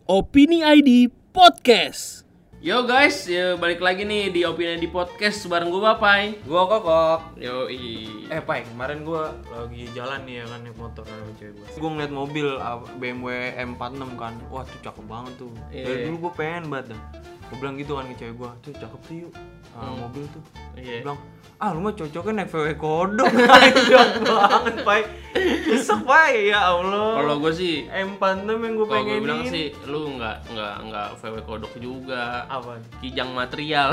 Opini ID Podcast. Yo guys, balik lagi nih di Opini ID Podcast bareng gue Bapai. Gua Kokok. Yoi. Pai, kemarin gua lagi jalan nih ya kan naik motor sama cewek gua. Gua ngeliat mobil BMW M46 kan. Wah, tuh cakep banget tuh. Dari dulu gua pengen banget dah. Gua bilang gitu kan ke cewek gua, "Tuh cakep tuh yuk." Mobil tuh. Dia bilang, "Lu mah cocoknya naik VW kodok." Jauh banget, Pai. Besok, Pai. Ya Allah. Kalau gue sih M46 yang gua kalau gue pengenin. bilang sih lu nggak VW kodok juga. Apa? Kijang material.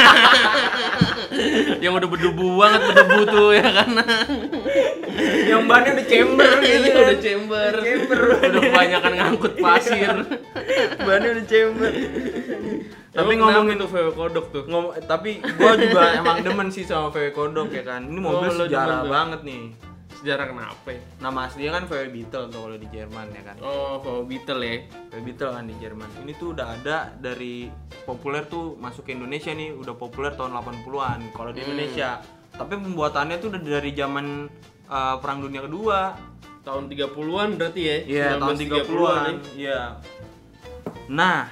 Yang udah berdebu banget, berdebu tuh ya kan. Yang bannya udah chamber gitu. Iya, udah chamber. Udah kebanyakan ngangkut pasir. Bannya udah chamber. Tapi ngomongin tuh VW kodok tuh. Tapi gua juga emang demen sih sama VW kodok ya kan. Ini mobil lo sejarah demen tuh. banget nih. Sejarah kenapa ya? Nama aslinya kan VW Beetle tuh kalau di Jerman ya kan. Oh, VW Beetle ya. VW Beetle kan di Jerman. Ini tuh udah ada dari populer tuh masuk ke Indonesia nih, udah populer tahun 80-an kalau di Indonesia. Tapi pembuatannya tuh udah dari zaman Perang Dunia Kedua. Tahun 30-an berarti ya? Iya, tahun 30-an. Iya. Nah,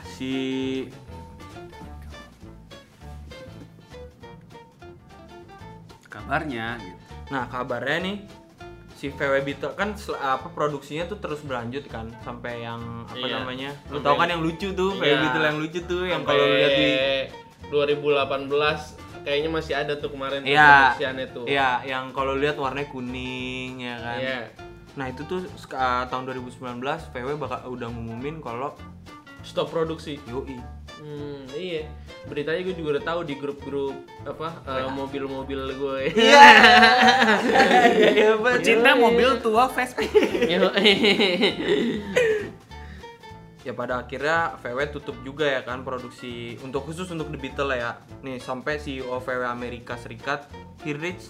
Kabarnya gitu. Nah, kabarnya nih si VW Beetle kan produksinya tuh terus berlanjut kan sampai yang namanya? Lu tau kan yang lucu tuh, VW Beetle yang lucu tuh yang kalau lu lihat di 2018 kayaknya masih ada tuh kemarin produksiannya tuh. Iya, yang kalau lihat warnanya kuning ya kan. Iya. Nah, itu tuh tahun 2019 VW udah ngumumin kalau Stop produksi. yoi. Iya. Beritanya gue juga udah tahu di grup-grup mobil-mobil gue. Iya. Iya, Cinta mobil tua Vespa. Ya pada akhirnya VW tutup juga ya kan produksi khusus untuk The Beetle ya. Nih sampai CEO VW Amerika Serikat Heinrich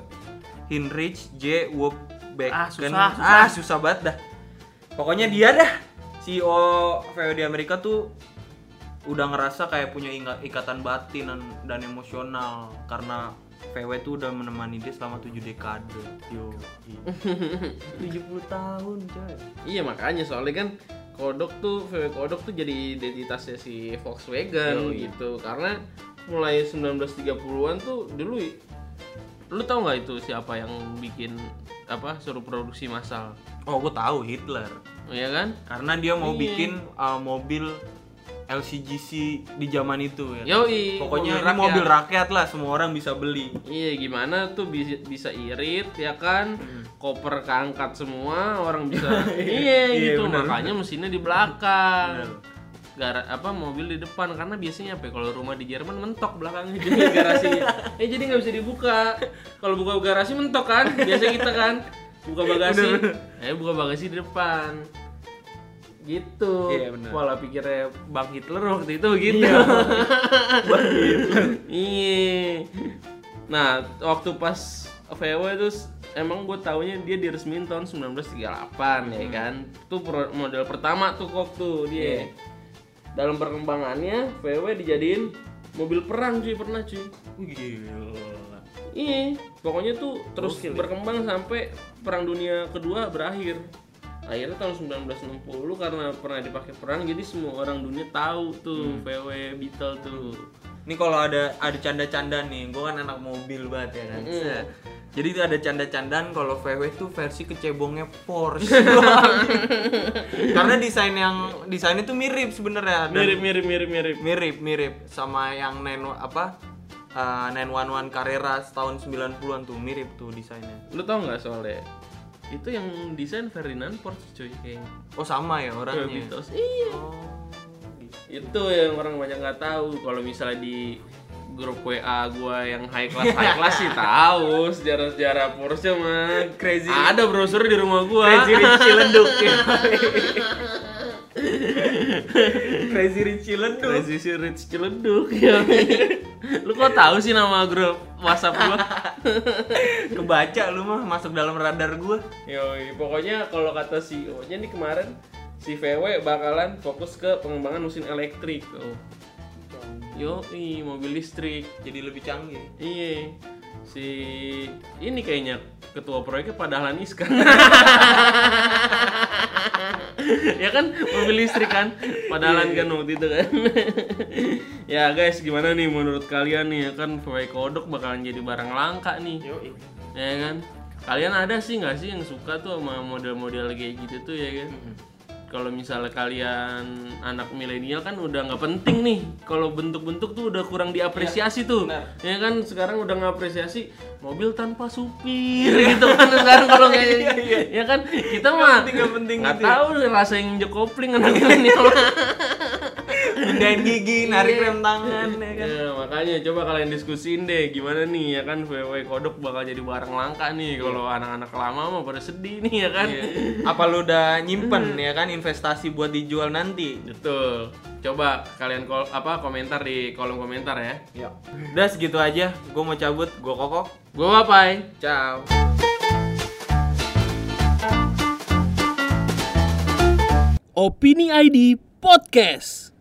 J. Wobbeck. Susah banget dah. Pokoknya dia dah CEO VW di Amerika tuh udah ngerasa kayak punya ikatan batin dan emosional karena VW tuh udah menemani dia selama 7 dekade. 70 tahun coy. Iya, makanya soalnya kan VW kodok tuh jadi identitasnya si Volkswagen gitu. Karena mulai 1930-an tuh dulu, lu tau nggak itu siapa yang bikin suruh produksi massal? Oh, gue tahu, Hitler. Iya kan? Karena dia mau bikin mobil LCGC di zaman itu ya. Yoi, pokoknya ini mobil rakyat lah, semua orang bisa beli. Iya, gimana tuh bisa irit ya kan? Koper keangkat semua, orang bisa. Iya gitu, bener. makanya mesinnya di belakang. Mobil di depan, karena biasanya kalau rumah di Jerman mentok belakangnya jadi garasinya. Jadi nggak bisa dibuka. Kalau buka garasi mentok kan? Biasa kita kan buka bagasi. Buka bagasi di depan. Gitu. Iya, bener. Pola pikirnya Bang Hitler waktu itu gitu. Iya. Bang Hitler. Iya. Nah, waktu pas VW itu emang gue taunya dia diresmiin tahun 1938 ya kan. Itu model pertama tuh kok tuh dia. Dalam perkembangannya VW dijadiin mobil perang pernah cuy. Gila. Iya, pokoknya tuh terus berkembang sampai Perang Dunia Kedua berakhir. Akhirnya tahun 1960 karena pernah dipakai perang, jadi semua orang dunia tahu tuh VW Beetle tuh. Ini kalau ada canda-canda nih, gue kan anak mobil banget ya kan. Jadi itu ada canda-candaan kalau VW tuh versi kecebongnya Porsche. Karena desain itu mirip sebenarnya. Mirip sama yang 911 Carrera tahun 90-an tuh, mirip tuh desainnya. Lu tau nggak soalnya? Itu yang desain Ferdinand Porsche cuy kayaknya. Oh, sama ya orangnya. Iya. Itu yang orang banyak nggak tahu. Kalau misalnya di grup WA gua yang high class sih tahu sejarah Porsche mah. Crazy. Ada brosur di rumah gua. Crazy Rich Ciledug. Crazy Rich Ciledug. Ya. Lu kok tahu sih nama grup WhatsApp gua? Kebaca lu mah, masuk dalam radar gua. Yoi, pokoknya kalau kata CEO-nya nih kemarin si VW bakalan fokus ke pengembangan mesin elektrik. Yoi, mobil listrik Jadi lebih canggih. Iya. Si ini kayaknya ketua proyeknya Pak Dahlan Iskan. Ya kan mobil listrik kan, padalan kan waktu itu kan. Ya guys, gimana nih menurut kalian nih ya kan VW kodok bakalan jadi barang langka nih. Ya kan? Kalian ada sih nggak sih yang suka tuh sama model-model kayak gitu tuh ya kan? Kalau misalnya kalian anak milenial kan udah nggak penting nih, kalau bentuk-bentuk tuh udah kurang diapresiasi tuh, ya kan sekarang udah ngapresiasi mobil tanpa supir gitu kan sekarang kalau nggak, ya kan kita mah nggak tahu rasa yang injek kopling anak milenial. Pindahin gigi, narik rem tangan ya kan. Ya, makanya coba kalian diskusiin deh gimana nih ya kan VW kodok bakal jadi barang langka nih kalau anak-anak lama mah pada sedih nih ya kan. Apa lu udah nyimpen ya kan investasi buat dijual nanti? Betul. Coba kalian komentar di kolom komentar ya. Udah segitu aja. Gue mau cabut. Gue Koko. Gue Papai. Ciao. Opini ID Podcast.